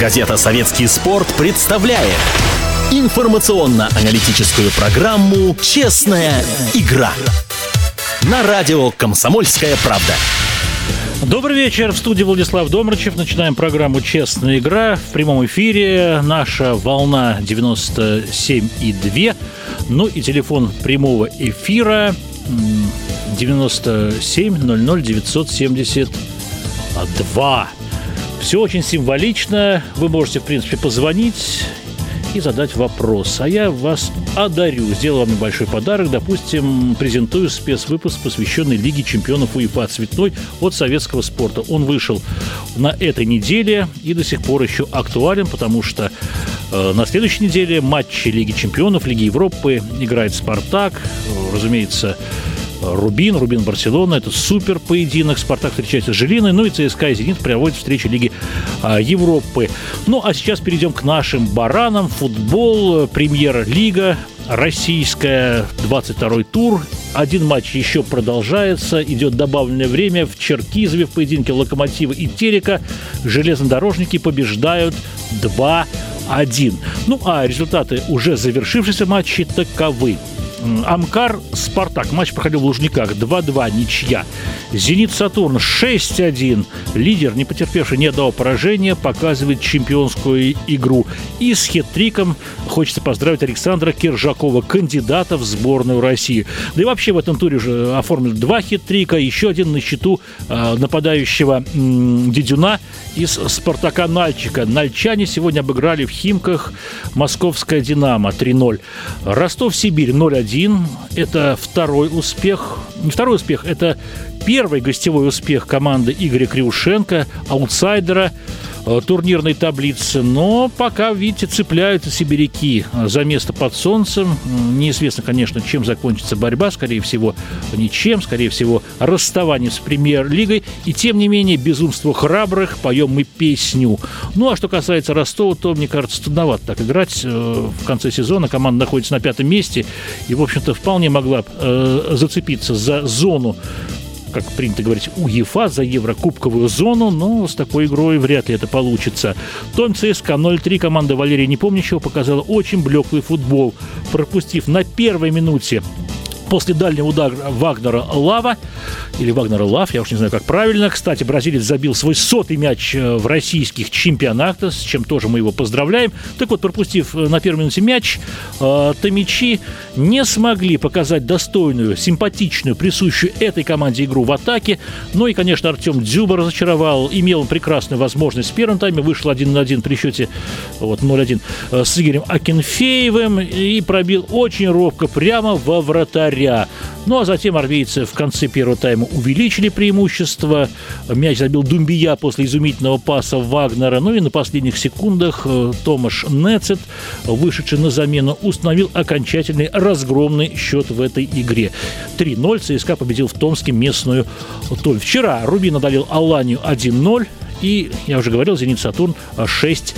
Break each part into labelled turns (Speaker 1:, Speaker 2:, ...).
Speaker 1: Газета «Советский спорт» представляет информационно-аналитическую программу «Честная игра» на радио «Комсомольская правда».
Speaker 2: Добрый вечер. В студии Владислав Домрачев. Начинаем программу «Честная игра». В прямом эфире наша волна 97,2. Ну и телефон прямого эфира 97 00 972. Все очень символично. Вы можете, в принципе, позвонить и задать вопрос. А я вас одарю. Сделаю вам небольшой подарок. Допустим, презентую спецвыпуск, посвященный Лиге чемпионов УЕФА цветной от советского спорта. Он вышел на этой неделе и до сих пор еще актуален, потому что на следующей неделе матчи Лиги чемпионов, Лиги Европы играет «Спартак». Разумеется, Рубин Барселона. Это супер поединок. «Спартак» встречается с «Жилиной». Ну и ЦСКА и «Зенит» проводят встречи Лиги Европы. Ну а сейчас перейдем к нашим баранам. Футбол, премьер-лига российская, 22-й тур. Один матч еще продолжается. Идет добавленное время. В Черкизове в поединке «Локомотива» и «Терека» железнодорожники побеждают 2-1. Ну а результаты уже завершившихся матчей таковы. Амкар-Спартак. Матч проходил в Лужниках. 2-2. Ничья. Зенит-Сатурн. 6-1. Лидер, не потерпевший ни одного поражения, показывает чемпионскую игру. И с хет-триком хочется поздравить Александра Киржакова, кандидата в сборную России. Да и вообще в этом туре уже оформили 2 хет-трика. Еще один на счету нападающего Дедюна из «Спартака» Нальчика. Нальчане сегодня обыграли в Химках московское «Динамо» 3-0. Ростов-Сибирь 0-1. Это второй успех. Не второй успех, это первый гостевой успех команды Игоря Кривушенко, аутсайдера турнирной таблицы. Но пока, видите, цепляются сибиряки за место под солнцем. Неизвестно, конечно, чем закончится борьба. Скорее всего, ничем. Скорее всего, расставание с премьер-лигой. И, тем не менее, безумству храбрых поем мы песню. Ну, а что касается Ростова, то, мне кажется, трудновато так играть. В конце сезона команда находится на 5-м месте. И, в общем-то, вполне могла зацепиться за зону, как принято говорить, УЕФА, за еврокубковую зону, но с такой игрой вряд ли это получится. Том ЦСКА 0-3. Команда Валерия Непомнящего показала очень блеклый футбол, пропустив на первой минуте после дальнего удара Вагнера-Лав, я уж не знаю, как правильно. Кстати, бразилец забил свой 100-й мяч в российских чемпионатах, с чем тоже мы его поздравляем. Так вот, пропустив на первой минуте мяч, томичи не смогли показать достойную, симпатичную, присущую этой команде игру в атаке. Ну и, конечно, Артем Дзюба разочаровал. Имел он прекрасную возможность в первом тайме. Вышел 1-1 при счете 0-1 с Игорем Акинфеевым и пробил очень робко прямо во вратаря. Ну, а затем армейцы в конце первого тайма увеличили преимущество. Мяч забил Думбия после изумительного паса Вагнера. Ну и на последних секундах Томаш Нецет, вышедший на замену, установил окончательный разгромный счет в этой игре. 3-0. ЦСКА победил в Томске местную Томь. Вчера Рубин одолел Аланию 1-0. И, я уже говорил, «Зенит-Сатурн» 6-1.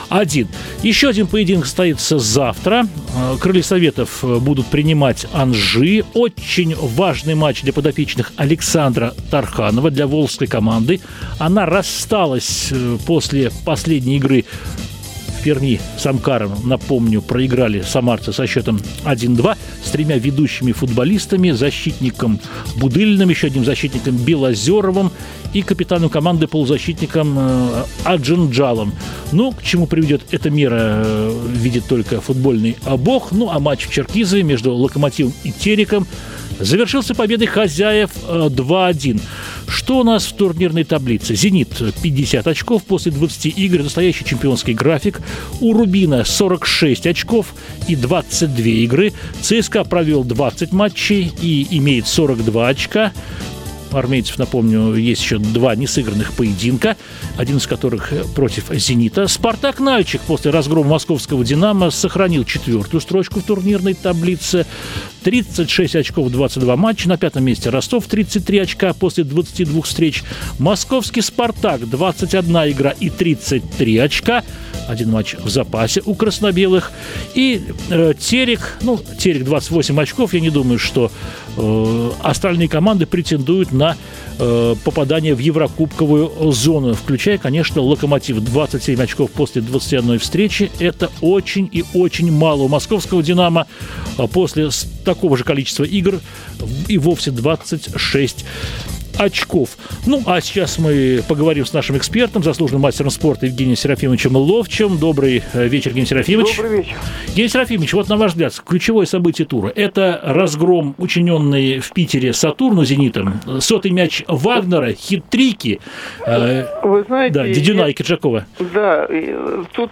Speaker 2: Еще один поединок состоится завтра. Крылья Советов будут принимать Анжи. Очень важный матч для подопечных Александра Тарханова, для волжской команды. Она рассталась после последней игры в Перми с Амкаром, напомню, проиграли самарцы со счетом 1-2 с 3 ведущими футболистами, защитником Будыльным, еще одним защитником Белозеровым и капитаном команды полузащитником Аджинджалом. Ну, к чему приведет эта мера, видит только футбольный бог. Ну, а матч в Черкизове между «Локомотивом» и «Тереком» завершился победой хозяев 2-1. Что у нас в турнирной таблице? «Зенит» 50 очков после 20 игр, настоящий чемпионский график. У «Рубина» 46 очков и 22 игры. ЦСКА провел 20 матчей и имеет 42 очка. У армейцев, напомню, есть еще 2 несыгранных поединка, один из которых против «Зенита». «Спартак» Нальчик после разгрома московского «Динамо» сохранил 4-ю строчку в турнирной таблице. 36 очков, 22 матча. На пятом месте Ростов, 33 очка после 22 встреч. Московский «Спартак», 21 игра и 33 очка. Один матч в запасе у красно-белых. И Терек, Терек 28 очков. Я не думаю, что остальные команды претендуют на попадание в еврокубковую зону, включая, конечно, «Локомотив». 27 очков после 21 встречи. Это очень и очень мало. У московского «Динамо» после такого же количества игр и вовсе 26 очков. А сейчас мы поговорим с нашим экспертом, заслуженным мастером спорта Евгением Серафимовичем Ловчем. Добрый вечер, Евгений Серафимович.
Speaker 3: Добрый вечер.
Speaker 2: Евгений Серафимович, вот на ваш взгляд, ключевое событие тура – это разгром, учиненный в Питере «Сатурну» «Зенитом», сотый мяч Вагнера, хит-трики,
Speaker 3: Вы знаете,
Speaker 2: Дедюна и Киджакова.
Speaker 3: Да, тут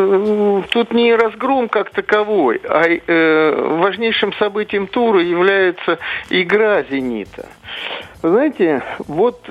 Speaker 3: не разгром как таковой, а важнейшим событием тура является игра «Зенита». Знаете, вот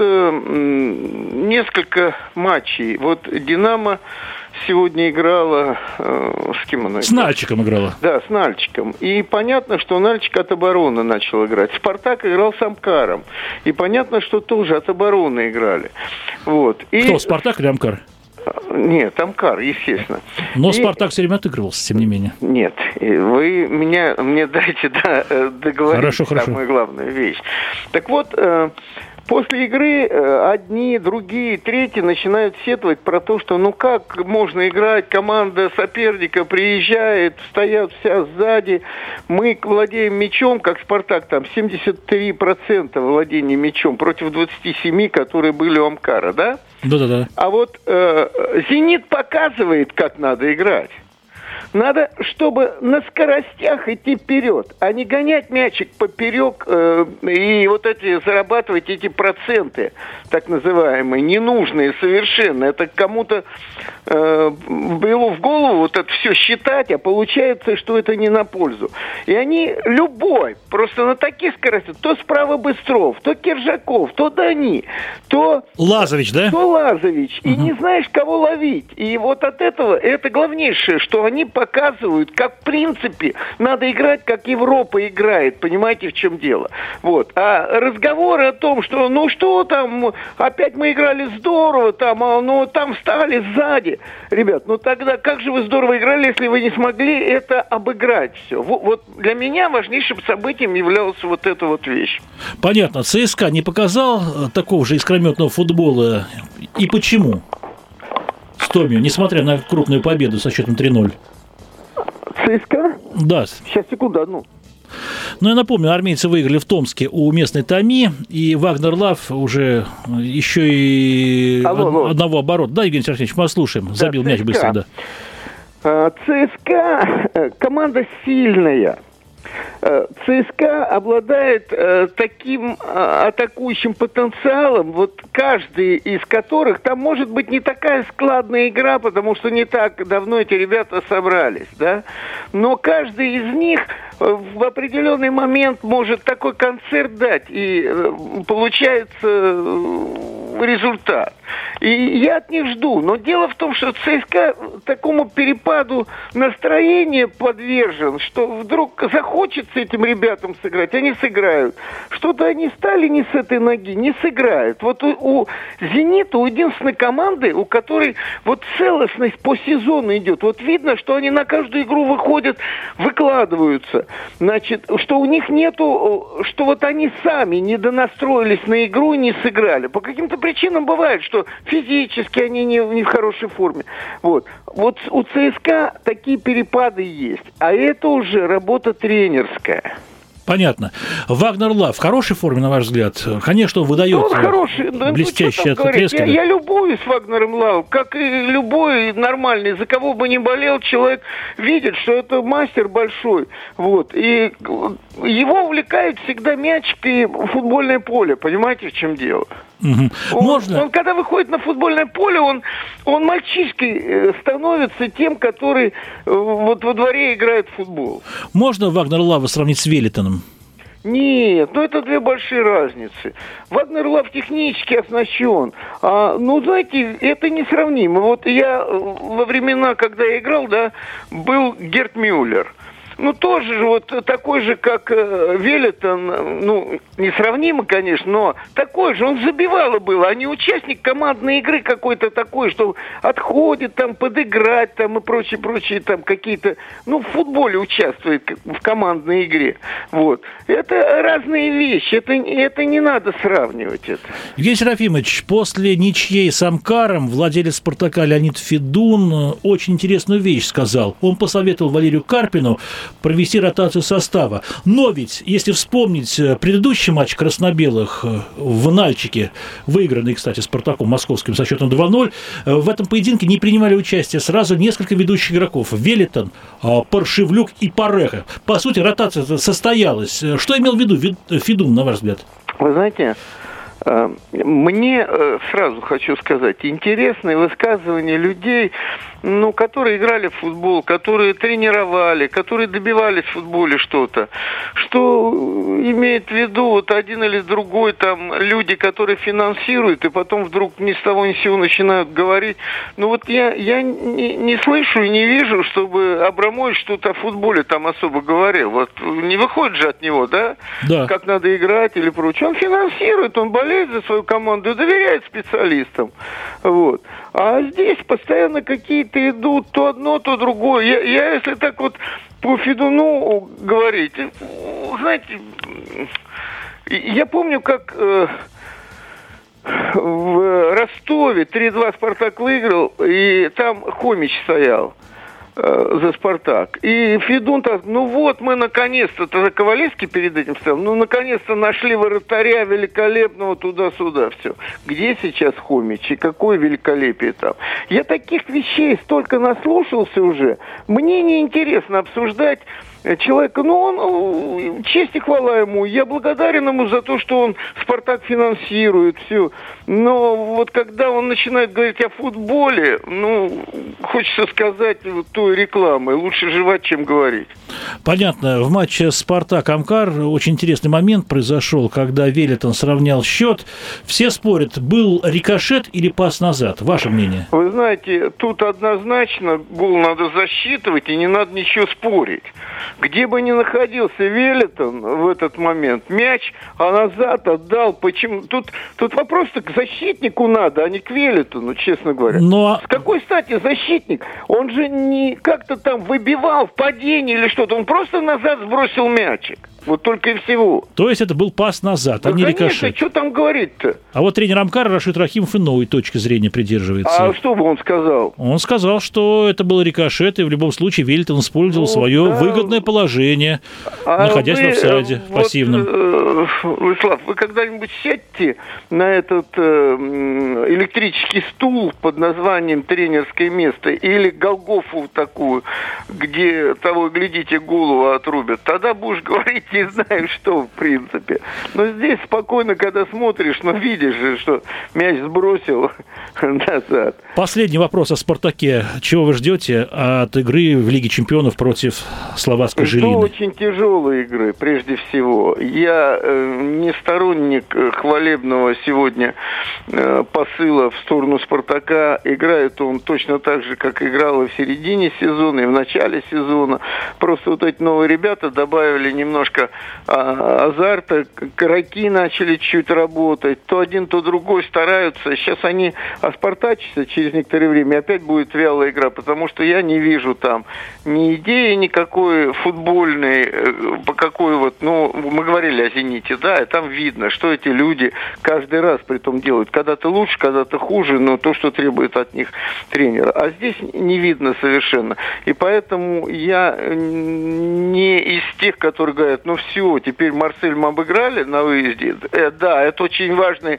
Speaker 3: несколько матчей. Вот «Динамо» сегодня играла... с кем она играла?
Speaker 2: С Нальчиком играла.
Speaker 3: Да, с Нальчиком. И понятно, что Нальчик от обороны начал играть. «Спартак» играл с «Амкаром». И понятно, что тоже от обороны играли. Вот.
Speaker 2: Кто, «Спартак» или «Амкар»?
Speaker 3: Нет, «Амкар», естественно.
Speaker 2: Но «Спартак» все время отыгрывался, тем не менее.
Speaker 3: Нет, вы мне дайте договорить
Speaker 2: хорошо.
Speaker 3: самую главную вещь. Так вот, после игры одни, другие, третьи начинают сетовать про то, что как можно играть, команда соперника приезжает, стоят вся сзади, мы владеем мячом, как «Спартак», там 73% владения мячом против 27%, которые были у «Амкара», да?
Speaker 2: Да.
Speaker 3: А вот «Зенит» показывает, как надо играть. Надо, чтобы на скоростях идти вперед, а не гонять мячик поперек и зарабатывать эти проценты, так называемые, ненужные совершенно. Это кому-то было в голову вот это все считать, а получается, что это не на пользу. И они просто на таких скоростях, то справа Быстров, то Киржаков, то Дани, то...
Speaker 2: Лазович, да?
Speaker 3: То Лазович. И не знаешь, кого ловить. И вот от этого, это главнейшее, что они показывают, как в принципе надо играть, как Европа играет. Понимаете, в чем дело? Вот. А разговоры о том, что что там, опять мы играли здорово, там встали сзади. Ребят, тогда как же вы здорово играли, если вы не смогли это обыграть все? Вот для меня важнейшим событием являлась вот эта вот вещь.
Speaker 2: Понятно. ЦСКА не показал такого же искрометного футбола. И почему? С Томью, несмотря на крупную победу со счетом 3-0.
Speaker 3: ЦСКА?
Speaker 2: Да.
Speaker 3: Сейчас, секунду, одну.
Speaker 2: Я напомню, армейцы выиграли в Томске у местной Томи, и Вагнер Лав уже еще и одного оборота. Да, Евгений Сергеевич, мы слушаем. Забил мяч быстро, да.
Speaker 3: ЦСКА команда сильная. ЦСКА обладает таким атакующим потенциалом, вот каждый из которых, там может быть не такая складная игра, потому что не так давно эти ребята собрались, да, но каждый из них в определенный момент может такой концерт дать, и получается результат. И я от них жду. Но дело в том, что ЦСКА такому перепаду настроения подвержен, что вдруг захочется этим ребятам сыграть, они сыграют. Что-то они стали не с этой ноги, не сыграют. Вот у «Зенита», у единственной команды, у которой вот целостность по сезону идет. Вот видно, что они на каждую игру выходят, выкладываются. Значит, что у них нету, что вот они сами не донастроились на игру и не сыграли. По каким-то причинам бывает, что физически они не в хорошей форме. Вот у ЦСКА такие перепады есть. А это уже работа тренерская.
Speaker 2: Понятно. Вагнер Лав в хорошей форме, на ваш взгляд? Конечно, он выдает блестящие отрезки.
Speaker 3: Я любуюсь Вагнером Лавом, как и любой нормальный, за кого бы ни болел, человек видит, что это мастер большой. Вот. И его увлекает всегда мяч и футбольное поле. Понимаете, в чем дело?
Speaker 2: Угу.
Speaker 3: Он, когда выходит на футбольное поле, он мальчишкой становится тем, который вот во дворе играет в футбол.
Speaker 2: Можно Вагнер Лава сравнить с Велитоном?
Speaker 3: Нет, это две большие разницы. Вагнер Лав технически оснащен. Знаете, это несравнимо. Вот я во времена, когда я играл, был Герт Мюллер. ну, тоже же вот такой же, как Веллитон, ну, несравнимо, конечно, но такой же, он забивало было, а не участник командной игры какой-то такой, что отходит там подыграть там и прочие там какие-то, ну, в футболе участвует в командной игре. Вот. Это разные вещи, это не надо сравнивать это.
Speaker 2: Евгений Серафимович, после ничьей с Амкаром владелец «Спартака» Леонид Федун очень интересную вещь сказал. Он посоветовал Валерию Карпину провести ротацию состава. Но ведь, если вспомнить предыдущий матч красно-белых в Нальчике, выигранный, кстати, «Спартаком» московским со счетом 2-0, в этом поединке не принимали участие сразу несколько ведущих игроков. Веллитон, Паршевлюк и Пареха. По сути, ротация состоялась. Что имел в виду Федун, на ваш взгляд?
Speaker 3: Вы знаете, мне сразу хочу сказать, интересные высказывания людей, ну, которые играли в футбол, которые тренировали, которые добивались в футболе что-то, что имеет в виду вот один или другой там люди, которые финансируют, и потом вдруг ни с того ни с сего начинают говорить. Ну вот я не слышу и не вижу, чтобы Абрамович что-то о футболе там особо говорил. Вот не выходит же от него, да?
Speaker 2: Да.
Speaker 3: Как надо играть или прочее. Он финансирует, он болеет за свою команду и доверяет специалистам. Вот. А здесь постоянно какие-то идут то одно, то другое. Я если так вот по Федуну говорить, знаете, я помню, как в Ростове 3-2 «Спартак» выиграл, и там Хомич стоял за «Спартак». И Федун так, ну вот мы наконец-то, тогда Ковалевский перед этим стоял, ну наконец-то нашли вратаря великолепного туда-сюда, все. Где сейчас Хомич и какое великолепие там? Я таких вещей столько наслушался уже, мне неинтересно обсуждать человека, ну, он, честь и хвала ему, я благодарен ему за то, что он «Спартак» финансирует, все. Но вот когда он начинает говорить о футболе, ну, хочется сказать вот той рекламой, лучше жевать, чем говорить.
Speaker 2: Понятно. В матче «Спартак-Амкар» очень интересный момент произошел, когда Веллитон сравнял счет. Все спорят, был рикошет или пас назад. Ваше мнение?
Speaker 3: Вы знаете, тут однозначно гол надо засчитывать, и не надо ничего спорить. Где бы ни находился Веллитон в этот момент, мяч, а назад отдал. Почему? Тут вопрос-то к защитнику надо, а не к Веллитону, честно говоря.
Speaker 2: Но...
Speaker 3: С какой стати защитник? Он же не как-то там выбивал в падении или что-то. Он просто назад сбросил мячик. Вот только и всего.
Speaker 2: То есть это был пас назад, а не рикошет.
Speaker 3: Конечно, что там говорить-то?
Speaker 2: А вот тренер Амкара Рашид Рахимов иной точки зрения придерживается.
Speaker 3: А что бы он сказал? Он
Speaker 2: сказал, что это был рикошет, и в любом случае Веллитон использовал свое выгодное положение, находясь в офсайде, пассивном.
Speaker 3: Владислав, вы когда-нибудь сядьте на этот электрический стул под названием «Тренерское место» или Голгофу такую, где того и глядите голову отрубят, тогда будешь говорить не знаю что, в принципе. Но здесь спокойно, когда смотришь, но видишь же, что мяч сбросил назад.
Speaker 2: Последний вопрос о «Спартаке». Чего вы ждете от игры в Лиге чемпионов против словацкой «Жилины»?
Speaker 3: Жду очень тяжелой игры, прежде всего. Я не сторонник хвалебного сегодня посыла в сторону «Спартака». Играет он точно так же, как играл и в середине сезона, и в начале сезона. Просто вот эти новые ребята добавили немножко азарта, игроки начали чуть работать, то один, то другой стараются. Сейчас они оспартачатся через некоторое время, опять будет вялая игра, потому что я не вижу там ни идеи никакой футбольной, по какой вот, ну, мы говорили о «Зените», да, и там видно, что эти люди каждый раз при том делают. Когда-то лучше, когда-то хуже, но то, что требует от них тренера. А здесь не видно совершенно. И поэтому я не из тех, которые говорят, ну все, теперь Марсель мы обыграли на выезде. Да, это очень важные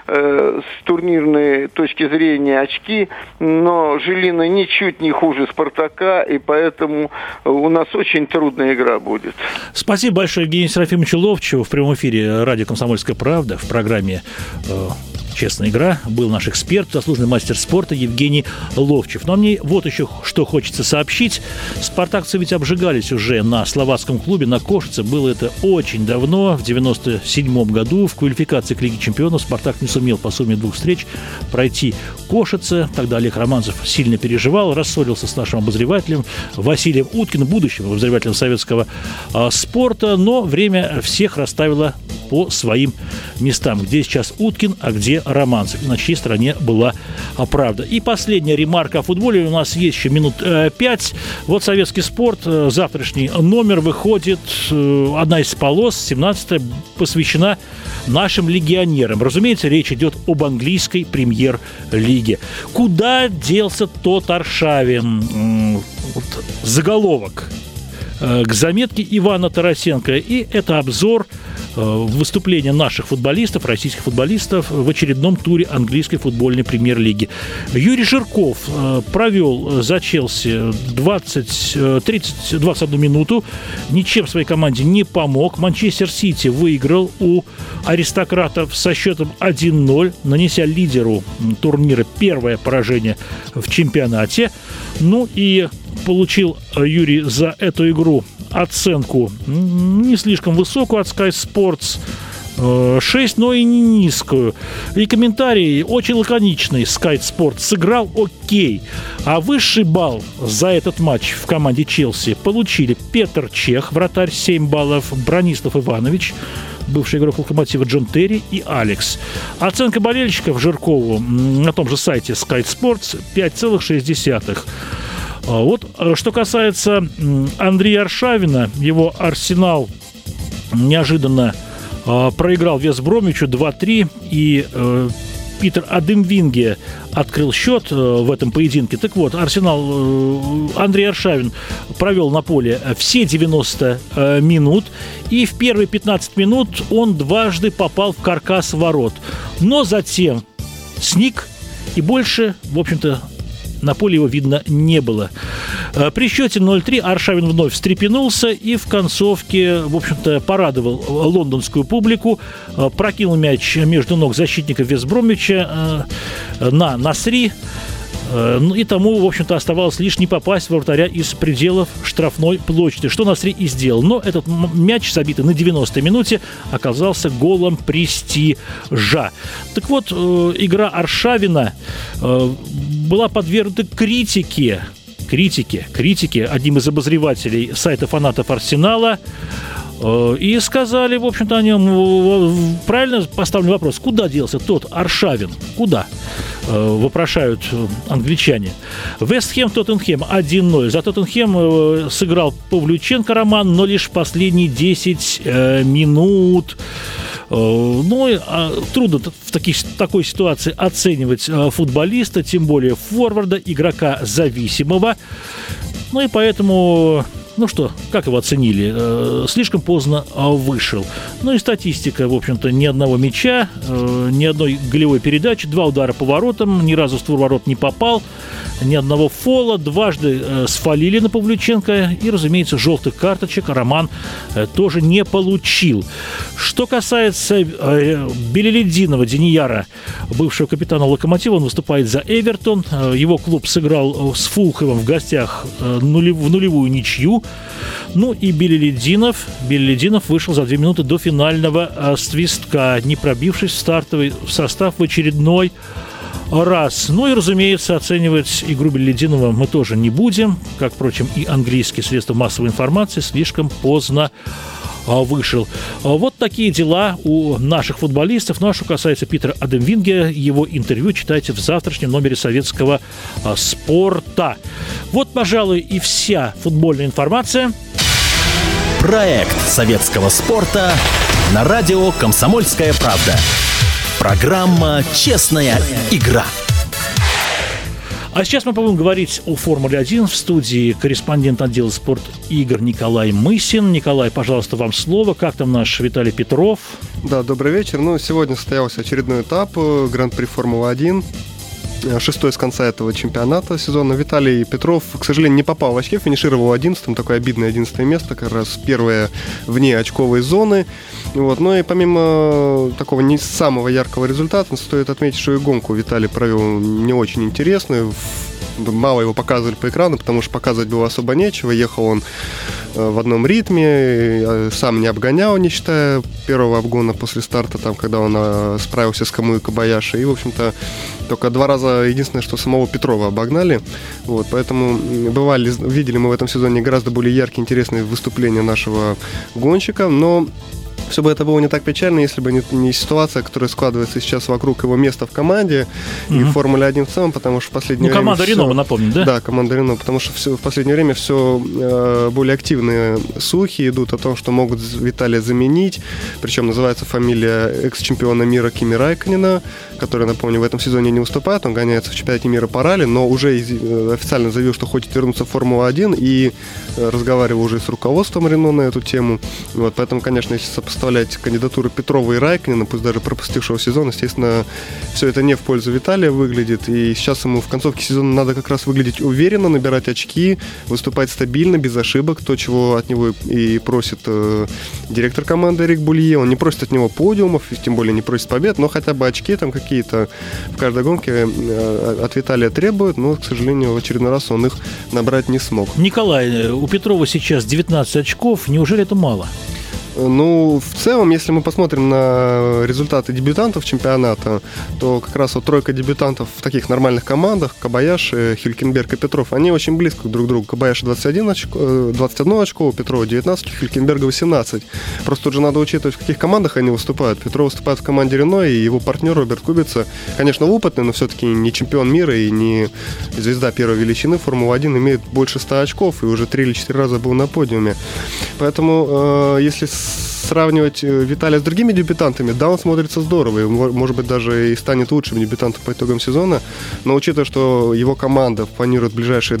Speaker 3: с турнирной точки зрения очки, но Жилина ничуть не хуже «Спартака», и поэтому у нас очень трудная игра будет.
Speaker 2: Спасибо большое Евгению Серафимовичу Ловчеву в прямом эфире радио «Комсомольская правда» в программе «Честная игра» был наш эксперт, заслуженный мастер спорта Евгений Ловчев. Но мне вот еще что хочется сообщить. Спартакцы ведь обжигались уже на словацком клубе, на Кошице. Было это очень давно, в 97 году. В квалификации к Лиге чемпионов «Спартак» не сумел по сумме 2 встреч пройти Кошице. Тогда Олег Романцев сильно переживал, рассорился с нашим обозревателем Василием Уткиным, будущим обозревателем советского спорта. Но время всех расставило по своим местам. Где сейчас Уткин, а где Романцев. И на чьей стороне была правда. И последняя ремарка о футболе. У нас есть еще минут 5. Вот «Советский спорт». Завтрашний номер выходит. Одна из полос, 17-я, посвящена нашим легионерам. Разумеется, речь идет об английской премьер-лиге. Куда делся тот Аршавин? Заголовок к заметке Ивана Тарасенко. И это обзор выступления наших футболистов, российских футболистов в очередном туре английской футбольной премьер-лиги. Юрий Жирков провел за Челси 21 минуту, ничем своей команде не помог. Манчестер Сити выиграл у аристократов со счетом 1-0, нанеся лидеру турнира первое поражение в чемпионате. Ну и получил Юрий за эту игру оценку не слишком высокую от Sky Sports, 6, но и не низкую. И комментарий очень лаконичный. Sky Sports: сыграл окей. А высший балл за этот матч в команде Челси получили Петр Чех, вратарь, 7 баллов, Бронислав Иванович, бывший игрок «Локомотива», Джон Терри и Алекс. Оценка болельщиков Жиркову на том же сайте Sky Sports 5,6. Вот что касается Андрея Аршавина, его «Арсенал» неожиданно проиграл Вестбромвичу 2-3, и Питер Адемвинге открыл счет в этом поединке. Так вот, «Арсенал», Андрей Аршавин провел на поле все 90 минут, и в первые 15 минут он дважды попал в каркас ворот. Но затем сник, и больше, в общем-то, на поле его видно не было. При счете 0-3 Аршавин вновь встрепенулся и в концовке, в общем-то, порадовал лондонскую публику. Прокинул мяч между ног защитника Вестбромвича на Насри. И тому, в общем-то, оставалось лишь не попасть в вратаря из пределов штрафной площади, что Насри и сделал. Но этот мяч, забитый на 90-й минуте, оказался голом престижа. Так вот, игра Аршавина была подвергнута критике одним из обозревателей сайта фанатов «Арсенала». И сказали, в общем-то, о нем правильно поставлен вопрос: куда делся тот Аршавин? Куда? Вопрошают англичане. Вест Хэм Тоттенхэм 1-0. За Тоттенхэм сыграл Павлюченко Роман, но лишь последние 10 минут. Ну, трудно в такой ситуации оценивать футболиста, тем более форварда, игрока зависимого. Ну и поэтому... Ну что, как его оценили? Слишком поздно вышел. Ну и статистика, в общем-то, ни одного мяча, ни одной голевой передачи, 2 удара по воротам, ни разу в створ ворот не попал, ни одного фола, дважды сфолили на Павлюченко, и, разумеется, желтых карточек Роман тоже не получил. Что касается Белелединова Денияра, бывшего капитана «Локомотива», он выступает за Эвертон. Его клуб сыграл с Фулхэмом в гостях в нулевую ничью. Ну и Белелединов вышел за 2 минуты до финального свистка, не пробившись в стартовый состав в очередной раз. Ну и, разумеется, оценивать игру Белелединова мы тоже не будем, как, впрочем, и английские средства массовой информации, слишком поздно вышел. Вот такие дела у наших футболистов. Ну а что касается Питера Адемвинге, его интервью читайте в завтрашнем номере «Советского спорта». Вот, пожалуй, и вся футбольная информация.
Speaker 1: Проект советского спорта на радио «Комсомольская правда». Программа «Честная игра».
Speaker 2: А сейчас мы будем говорить о Формуле-1. В студии корреспондент отдела спорт игр Николай Мысин. Николай, пожалуйста, вам слово. Как там наш Виталий Петров?
Speaker 4: Да, добрый вечер. Сегодня состоялся очередной этап Гран-при Формулы-1. 6-й с конца этого чемпионата сезона. Виталий Петров, к сожалению, не попал в очки, финишировал 11-м, такое обидное 11-е место, как раз первое вне очковой зоны. Вот. Ну и помимо такого не самого яркого результата, стоит отметить, что и гонку Виталий провел не очень интересную. Мало его показывали по экрану, потому что показывать было особо нечего. Ехал он в одном ритме, сам не обгонял, не считая первого обгона после старта, там, когда он справился с Камui Кобаяши. И, в общем-то, только 2 раза, единственное, что самого Петрова обогнали. Вот, поэтому видели мы в этом сезоне гораздо более яркие, интересные выступления нашего гонщика, но все бы это было не так печально, если бы не ситуация, которая складывается сейчас вокруг его места в команде и в Формуле-1 в целом, потому что в последнее время...
Speaker 2: команда Рено, мы напомним, да?
Speaker 4: Да, команда Рено, потому что в последнее время все более активные слухи идут о том, что могут Виталия заменить, причем называется фамилия экс-чемпиона мира Кими Райкконена, который, напомню, в этом сезоне не выступает, он гоняется в чемпионате мира по ралли, но уже официально заявил, что хочет вернуться в Формулу-1 и разговаривал уже с руководством Рено на эту тему. Вот, поэтому, конечно, если сопоставлять кандидатуры Петрова и Райкконена, пусть даже пропустившего сезон, естественно, все это не в пользу Виталия выглядит, и сейчас ему в концовке сезона надо как раз выглядеть уверенно, набирать очки, выступать стабильно, без ошибок, то, чего от него и просит директор команды Эрик Булье. Он не просит от него подиумов, тем более не просит побед, но хотя бы очки там какие-то в каждой гонке от Виталия требует, но, к сожалению, в очередной раз он их набрать не смог.
Speaker 2: Николай, у Петрова сейчас 19 очков, неужели это мало?
Speaker 4: Ну, в целом, если мы посмотрим на результаты дебютантов чемпионата, то как раз вот тройка дебютантов в таких нормальных командах, Кобаяши, Хюлькенберг и Петров, они очень близко друг к другу. Кобаяши 21 очко, у Петрова 19, у Хюлькенберга 18. Просто тут же надо учитывать, в каких командах они выступают. Петров выступает в команде Рено, и его партнер Роберт Кубица, конечно, опытный, но все-таки не чемпион мира и не звезда первой величины Формулы-1, имеет больше 100 очков и уже 3 или 4 раза был на подиуме. Поэтому, если сравнивать Виталия с другими дебютантами, да, он смотрится здорово, и, может быть, даже и станет лучшим дебютантом по итогам сезона, но учитывая, что его команда планирует в ближайшие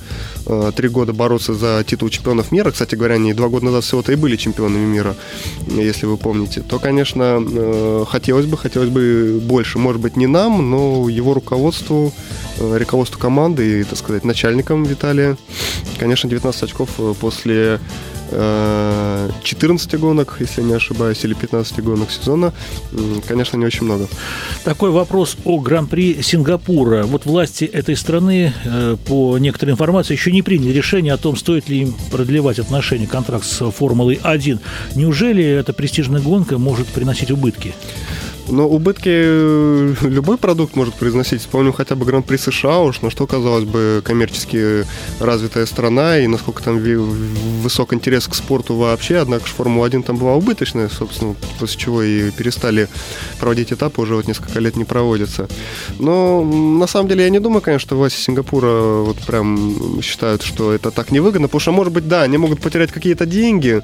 Speaker 4: 2-3 года бороться за титул чемпионов мира, кстати говоря, они 2 года назад всего-то и были чемпионами мира, если вы помните, то, конечно, хотелось бы больше, может быть, не нам, но его руководству команды и, так сказать, начальникам Виталия, конечно, 19 очков после 14 гонок, если не ошибаюсь, или 15 гонок сезона, конечно, не очень много.
Speaker 2: Такой вопрос о Гран-при Сингапура. Вот власти этой страны, по некоторой информации, еще не приняли решение о том, стоит ли им продлевать отношения, контракт с Формулой-1. Неужели эта престижная гонка может приносить убытки?
Speaker 4: Но убытки любой продукт может произносить. Вспомним хотя бы Гран-при США уж, на что, казалось бы, коммерчески развитая страна и насколько там высок интерес к спорту вообще. Однако же Формула-1 там была убыточная, собственно, после чего и перестали проводить этапы, уже вот несколько лет не проводятся. Но на самом деле я не думаю, конечно, что власти Сингапура вот прям считают, что это так невыгодно, потому что, может быть, да, они могут потерять какие-то деньги,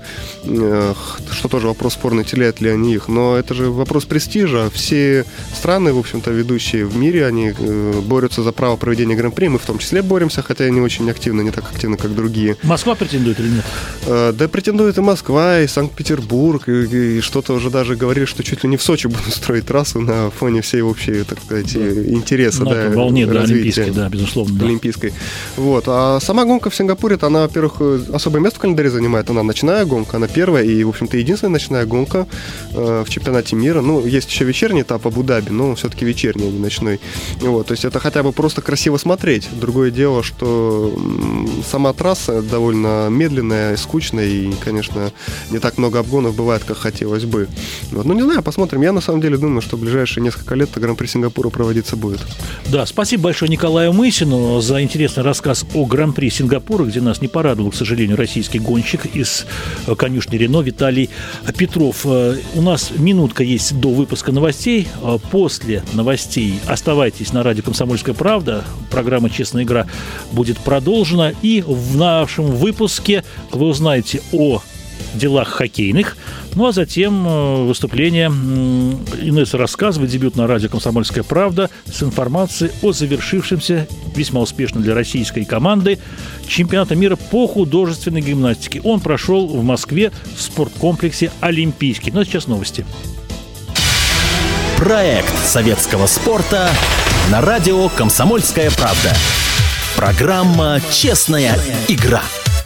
Speaker 4: что тоже вопрос спорный, теряют ли они их, но это же вопрос престижа. Все страны, в общем-то, ведущие в мире, они борются за право проведения Гран-при. Мы в том числе боремся, хотя и не очень активно, не так активно, как другие.
Speaker 2: Москва претендует или нет?
Speaker 4: Да, претендует и Москва, и Санкт-Петербург, и что-то уже даже говорили, что чуть ли не в Сочи будут строить трассу на фоне всей общей, так сказать, интереса.
Speaker 2: На
Speaker 4: да,
Speaker 2: волне, да,
Speaker 4: развития,
Speaker 2: олимпийской, да, безусловно. Да.
Speaker 4: Олимпийской. Вот. А сама гонка в Сингапуре, она, во-первых, особое место в календаре занимает. Она ночная гонка, она первая и, в общем-то, единственная ночная гонка в чемпионате мира. Ну, есть еще вечерний этап Абу-Даби, но все-таки вечерний, а не ночной. Вот, то есть это хотя бы просто красиво смотреть. Другое дело, что сама трасса довольно медленная, скучная и, конечно, не так много обгонов бывает, как хотелось бы. Вот. Ну, не знаю, посмотрим. Я на самом деле думаю, что в ближайшие несколько лет Гран-при Сингапура проводиться будет.
Speaker 2: Да, спасибо большое Николаю Мысину за интересный рассказ о Гран-при Сингапура, где нас не порадовал, к сожалению, российский гонщик из конюшни Рено Виталий Петров. У нас минутка есть до выпуска новостей. После новостей оставайтесь на радио «Комсомольская правда». Программа «Честная игра» будет продолжена. И в нашем выпуске вы узнаете о делах хоккейных. Ну, а затем выступление Инесса рассказывает, дебют на радио «Комсомольская правда» с информацией о завершившемся, весьма успешно для российской команды, чемпионата мира по художественной гимнастике. Он прошел в Москве в спорткомплексе «Олимпийский». Ну, а сейчас новости.
Speaker 1: Проект советского спорта на радио «Комсомольская правда». Программа «Честная игра».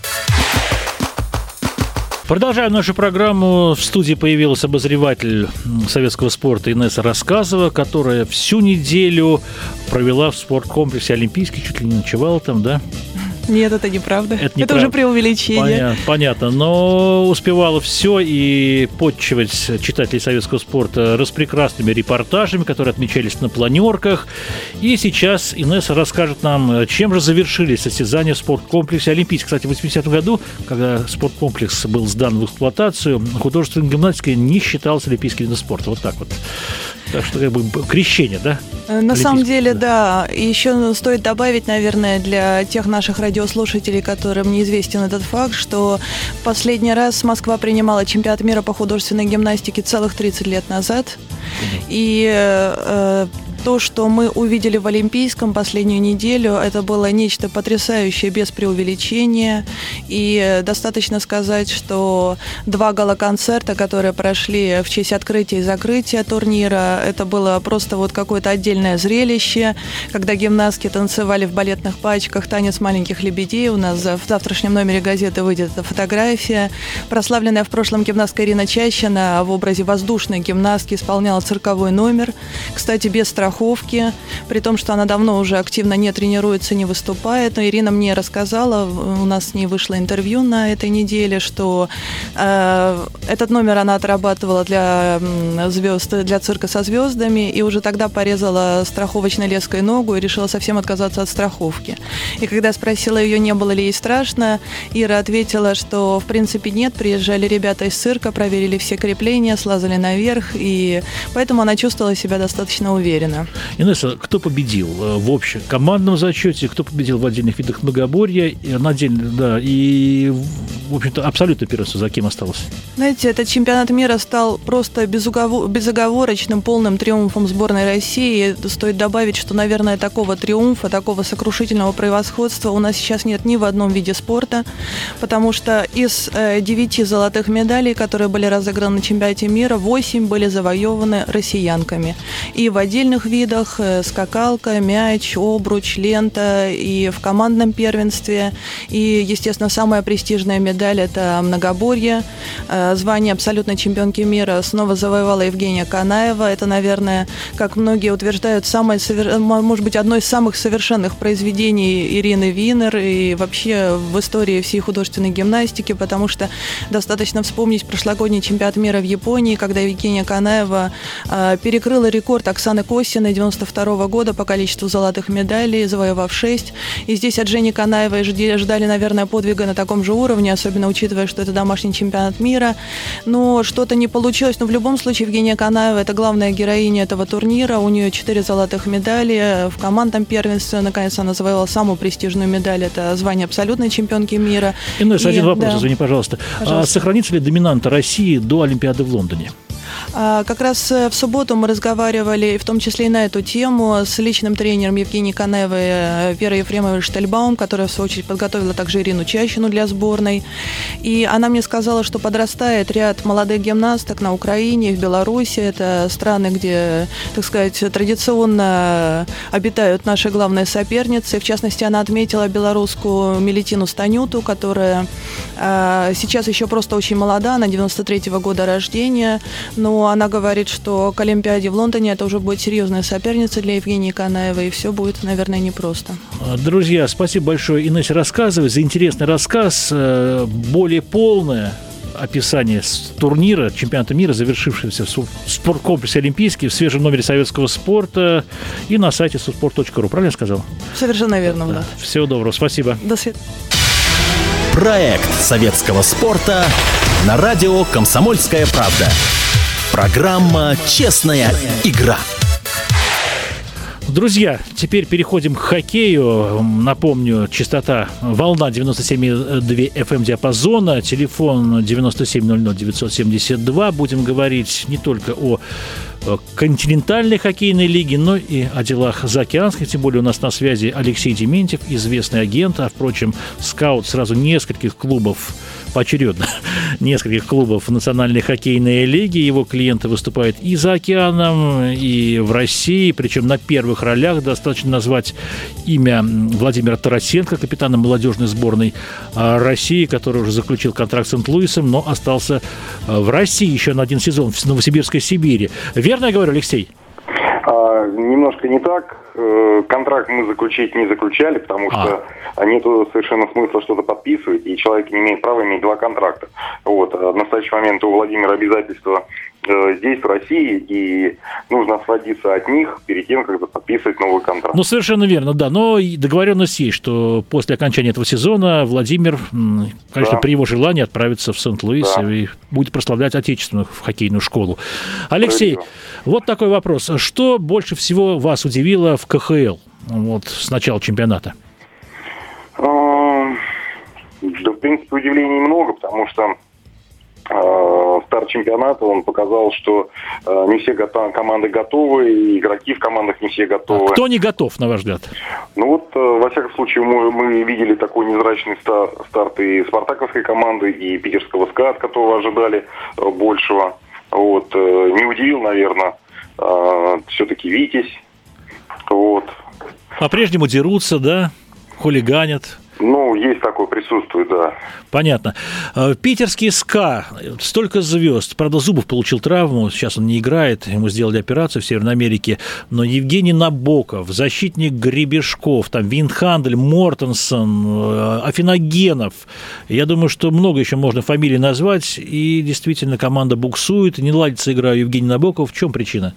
Speaker 2: Продолжаем нашу программу. В студии появилась обозреватель советского спорта Инесса Рассказова, которая всю неделю провела в спорткомплексе «Олимпийский», чуть ли не ночевала там, да?
Speaker 5: Нет, это неправда. Это уже преувеличение.
Speaker 2: Понятно, но успевала все и подчивать читателей советского спорта распрекрасными репортажами, которые отмечались на планерках. И сейчас Инесса расскажет нам, чем же завершились состязания в спорткомплексе «Олимпийский». Кстати, в 80-м году, когда спорткомплекс был сдан в эксплуатацию, художественная гимнастика не считалась олимпийским видом спорта. Вот так вот. Так что как бы крещение, да?
Speaker 5: На самом деле, да. Еще стоит добавить, наверное, для тех наших радиослушателей, которым неизвестен этот факт, что последний раз Москва принимала чемпионат мира по художественной гимнастике целых 30 лет назад. И то, что мы увидели в Олимпийском последнюю неделю, это было нечто потрясающее, без преувеличения. И достаточно сказать, что 2 гала-концерта, которые прошли в честь открытия и закрытия турнира, это было просто вот какое-то отдельное зрелище, когда гимнастки танцевали в балетных пачках «Танец маленьких лебедей». У нас в завтрашнем номере газеты выйдет эта фотография. Прославленная в прошлом гимнастка Ирина Чащина в образе воздушной гимнастки исполняла цирковой номер. Кстати, без страховки, при том, что она давно уже активно не тренируется, не выступает. Но Ирина мне рассказала, у нас с ней вышло интервью на этой неделе, что этот номер она отрабатывала для звезд, для цирка со звездами, и уже тогда порезала страховочной леской ногу и решила совсем отказаться от страховки. И когда спросила ее, не было ли ей страшно, Ира ответила, что в принципе нет, приезжали ребята из цирка, проверили все крепления, слазали наверх, и поэтому она чувствовала себя достаточно уверенно.
Speaker 2: Инесса, кто победил в общем командном зачете, кто победил в отдельных видах многоборья, и, в общем-то, абсолютно первенство за кем осталось?
Speaker 5: Знаете, этот чемпионат мира стал просто безоговорочным, полным триумфом сборной России. Стоит добавить, что, наверное, такого триумфа, такого сокрушительного превосходства у нас сейчас нет ни в одном виде спорта, потому что из 9 золотых медалей, которые были разыграны на чемпионате мира, 8 были завоеваны россиянками. И в отдельных видах скакалка, мяч, обруч, лента, и в командном первенстве. И, естественно, самая престижная медаль – это многоборье. Звание абсолютной чемпионки мира снова завоевала Евгения Канаева. Это, наверное, как многие утверждают, может быть, одно из самых совершенных произведений Ирины Винер и вообще в истории всей художественной гимнастики, потому что достаточно вспомнить прошлогодний чемпионат мира в Японии, когда Евгения Канаева перекрыла рекорд Оксаны Косиной 1992 года по количеству золотых медалей, завоевав 6. И здесь от Жени Канаевой ждали, наверное, подвига на таком же уровне, особенно учитывая, что это домашний чемпионат мира. Но что-то не получилось. Но в любом случае Евгения Канаева – это главная героиня этого турнира. У нее 4 золотых медали. В командном первенстве, наконец, она завоевала самую престижную медаль. Это звание абсолютной чемпионки мира.
Speaker 2: Инесса, один вопрос, извини, пожалуйста. Сохранится ли доминанта России до Олимпиады в Лондоне?
Speaker 5: Как раз в субботу мы разговаривали, в том числе и на эту тему, с личным тренером Евгении Канаевой Верой Ефремовой Штельбаум, которая, в свою очередь, подготовила также Ирину Чащину для сборной. И она мне сказала, что подрастает ряд молодых гимнасток на Украине, в Беларуси. Это страны, где, так сказать, традиционно обитают наши главные соперницы. В частности, она отметила белорусскую Мелитину Станюту, которая сейчас еще просто очень молода, она 93-го года рождения. Но она говорит, что к Олимпиаде в Лондоне это уже будет серьезная соперница для Евгении Канаевой, и все будет, наверное, непросто.
Speaker 2: Друзья, спасибо большое Инессе Рассказовой за интересный рассказ. Более полное описание турнира, чемпионата мира, завершившегося в спорткомплексе «Олимпийский», в свежем номере советского спорта и на сайте susport.ru. Правильно я сказал?
Speaker 5: Совершенно верно, да.
Speaker 2: Всего доброго, спасибо.
Speaker 5: До свидания.
Speaker 1: Проект советского спорта на радио «Комсомольская правда». Программа «Честная игра».
Speaker 2: Друзья, теперь переходим к хоккею. Напомню, частота волна 97,2 FM диапазона, телефон 9700 972. Будем говорить не только о континентальной хоккейной лиги, но и о делах заокеанских. Тем более у нас на связи Алексей Дементьев, известный агент, а, впрочем, скаут сразу нескольких клубов, поочередно, нескольких клубов Национальной хоккейной лиги. Его клиенты выступают и за океаном, и в России, причем на первых ролях. Достаточно назвать имя Владимира Тарасенко, капитана молодежной сборной России, который уже заключил контракт с Сент-Луисом, но остался в России еще на один сезон в Новосибирской Сибири. Верно я говорю, Алексей?
Speaker 6: Немножко не так. Контракт мы заключить не заключали, потому что нету совершенно смысла что-то подписывать, и человек не имеет права иметь два контракта. Вот. В настоящий момент у Владимира обязательства здесь, в России, и нужно освободиться от них перед тем, как подписывать новый контракт.
Speaker 2: Ну, совершенно верно, да. Но договоренность есть, что после окончания этого сезона Владимир, конечно, при его желании отправится в Сент-Луис и будет прославлять отечественную хоккейную школу. Алексей, вот такой вопрос. Что больше всего вас удивило в КХЛ вот, с начала чемпионата?
Speaker 6: Да, в принципе, удивлений много, потому что старт чемпионата, он показал, что не все команды готовы, и игроки в командах не все готовы.
Speaker 2: Кто не готов, на ваш взгляд?
Speaker 6: Ну вот, во всяком случае, мы видели такой невзрачный старт и спартаковской команды, и питерского СКА, от которого ожидали большего. Вот. Не удивил, наверное, все-таки Витязь. Вот.
Speaker 2: По-прежнему дерутся, да? Хулиганят.
Speaker 6: Ну, есть такое, присутствует, да.
Speaker 2: Понятно. Питерский СКА, столько звезд. Правда, Зубов получил травму, сейчас он не играет, ему сделали операцию в Северной Америке. Но Евгений Набоков, защитник Гребешков, там Винхандель, Мортенсон, Афиногенов. Я думаю, что много еще можно фамилий назвать. И действительно, команда буксует, не ладится игра у Евгения Набокова. В чем причина?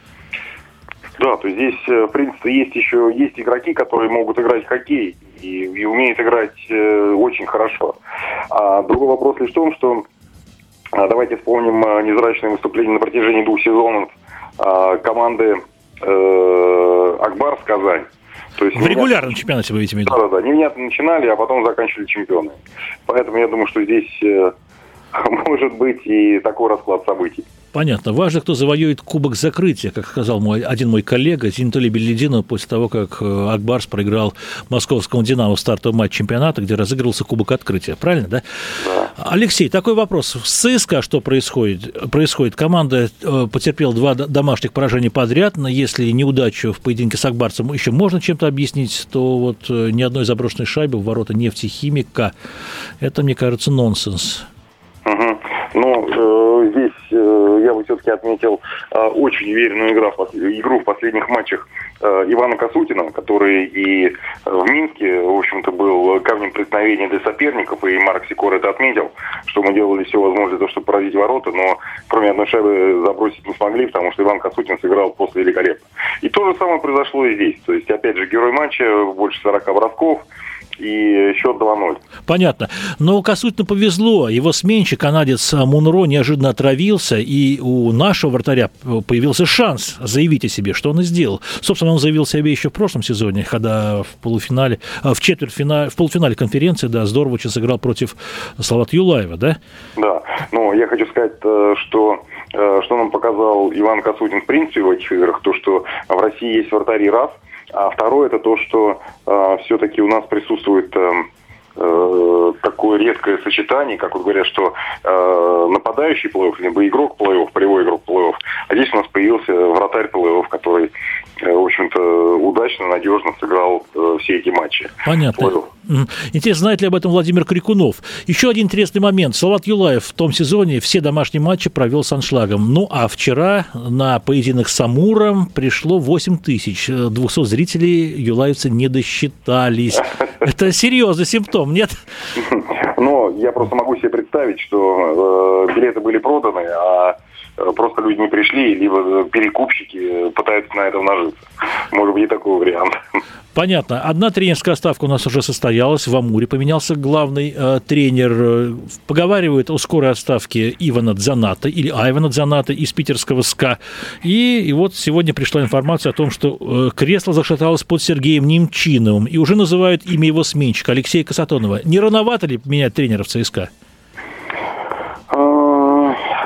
Speaker 6: Да, то есть здесь, в принципе, есть игроки, которые могут играть в хоккей и умеют играть очень хорошо. А другой вопрос лишь в том, что давайте вспомним невзрачное выступление на протяжении 2 сезонов команды «Акбарс» Казань. То есть
Speaker 2: в регулярном чемпионате вы имеете в виду?
Speaker 6: Да, невнятно начинали, а потом заканчивали чемпионы. Поэтому я думаю, что здесь может быть и такой расклад событий.
Speaker 2: Понятно. Важно, кто завоюет кубок закрытия, как сказал один мой коллега Зенитолий Беллидинов после того, как Акбарс проиграл московскому «Динамо» в стартовом матче чемпионата, где разыгрывался кубок открытия. Правильно, да?
Speaker 6: Да.
Speaker 2: Алексей, такой вопрос. В ЦСКА что происходит? Команда потерпела 2 домашних поражения подряд, но если неудачу в поединке с Акбарсом еще можно чем-то объяснить, то вот ни одной заброшенной шайбы в ворота «Нефтехимика» – это, мне кажется, нонсенс.
Speaker 6: Угу. Ну, здесь я бы все-таки отметил очень уверенную игру в последних матчах Ивана Косутина, который и в Минске, в общем-то, был камнем преткновения для соперников, и Марк Сикор это отметил, что мы делали все возможное для того, чтобы поразить ворота, но кроме одной шайбы забросить не смогли, потому что Иван Косутин сыграл просто великолепно. И то же самое произошло и здесь. То есть, опять же, герой матча, больше 40 бросков, и счет 2-0.
Speaker 2: Понятно. Но Косутину повезло. Его сменщик, канадец Мунро, неожиданно отравился, и у нашего вратаря появился шанс заявить о себе, что он и сделал. Собственно, он заявил себе еще в прошлом сезоне, когда в полуфинале конференции, да, здорово очень сыграл против Салавата Юлаева, да? Да.
Speaker 6: Ну, я хочу сказать, что нам показал Иван Косутин в принципе в этих играх, то, что в России есть вратари раз, а второе, это то, что все-таки у нас присутствует такое редкое сочетание, как вот говорят, что нападающий плей-офф, либо игрок плей-офф, полевой игрок плей-офф. А здесь у нас появился вратарь плей-офф, который, в общем-то, удачно, надежно сыграл все эти матчи.
Speaker 2: Понятно. Интересно, знает ли об этом Владимир Крикунов? Еще один интересный момент. Салават Юлаев в том сезоне все домашние матчи провел с аншлагом. Ну, а вчера на поединок с Амуром пришло 8200. 200 зрителей юлаевцы не досчитались. Это серьезный симптом, нет?
Speaker 6: Ну, я просто могу себе представить, что билеты были проданы, а просто люди не пришли, либо перекупщики пытаются на этом нажиться. Может быть, и такой вариант.
Speaker 2: Понятно. Одна тренерская ставка у нас уже состоялась. В Амуре поменялся главный тренер. Поговаривают о скорой отставке Ивана Дзаната или Айвана Дзаната из питерского СКА. И вот сегодня пришла информация о том, что кресло зашаталось под Сергеем Немчиновым. И уже называют имя его сменщика Алексея Касатонова. Не рановато ли менять тренера в ЦСКА?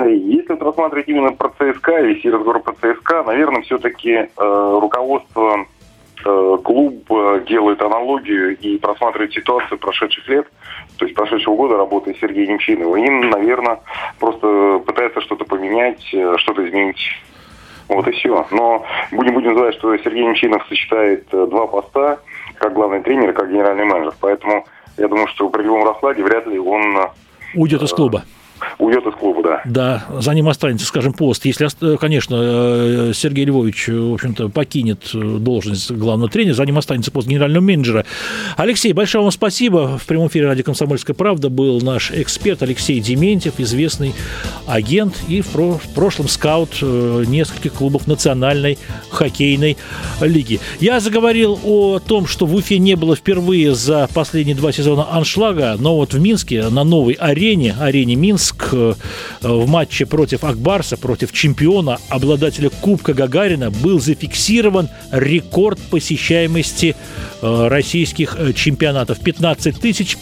Speaker 6: Если рассматривать именно про ЦСКА, вести разговор про ЦСКА, наверное, все-таки руководство клуб делает аналогию и просматривает ситуацию прошедших лет, то есть прошедшего года работы Сергея Немчинова. И, наверное, просто пытается что-то поменять, что-то изменить. Вот и все. Но будем знать, что Сергей Немчинов сочетает два поста, как главный тренер и как генеральный менеджер. Поэтому я думаю, что при любом раскладе вряд ли он
Speaker 2: уйдет из клуба.
Speaker 6: Уйдет из клуба, да.
Speaker 2: Да, за ним останется, скажем, пост. Если, конечно, Сергей Львович, в общем-то, покинет должность главного тренера, за ним останется пост генерального менеджера. Алексей, большое вам спасибо. В прямом эфире радио «Комсомольская правда» был наш эксперт Алексей Дементьев, известный агент и в прошлом скаут нескольких клубов Национальной хоккейной лиги. Я заговорил о том, что в Уфе не было впервые за последние 2 сезона аншлага, но вот в Минске на новой арене Минск, в матче против Акбарса, против чемпиона, обладателя Кубка Гагарина, был зафиксирован рекорд посещаемости российских чемпионатов. 15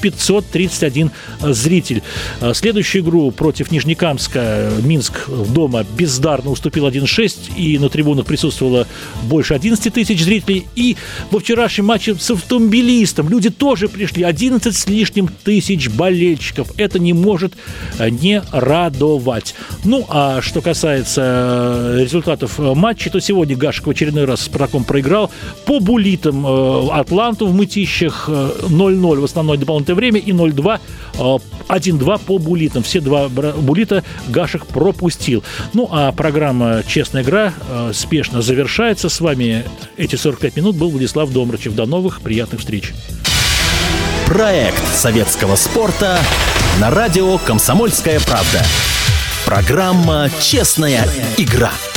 Speaker 2: 531 зритель. Следующую игру против Нижнекамска Минск дома бездарно уступил 1-6, и на трибунах присутствовало больше 11 тысяч зрителей. И во вчерашнем матче с Автомобилистом люди тоже пришли. 11 с лишним тысяч болельщиков. Это не может не радовать. Ну, а что касается результатов матча, то сегодня Гашек в очередной раз с Спартаком проиграл по буллитам Атланту в Мытищах 0-0 в основное дополнительное время и 0-2, 1-2 по буллитам. Все 2 буллита Гашек пропустил. Ну, а программа «Честная игра» спешно завершается. С вами эти 45 минут был Владислав Домрачев. До новых приятных встреч.
Speaker 1: Проект советского спорта на радио «Комсомольская правда». Программа «Честная игра».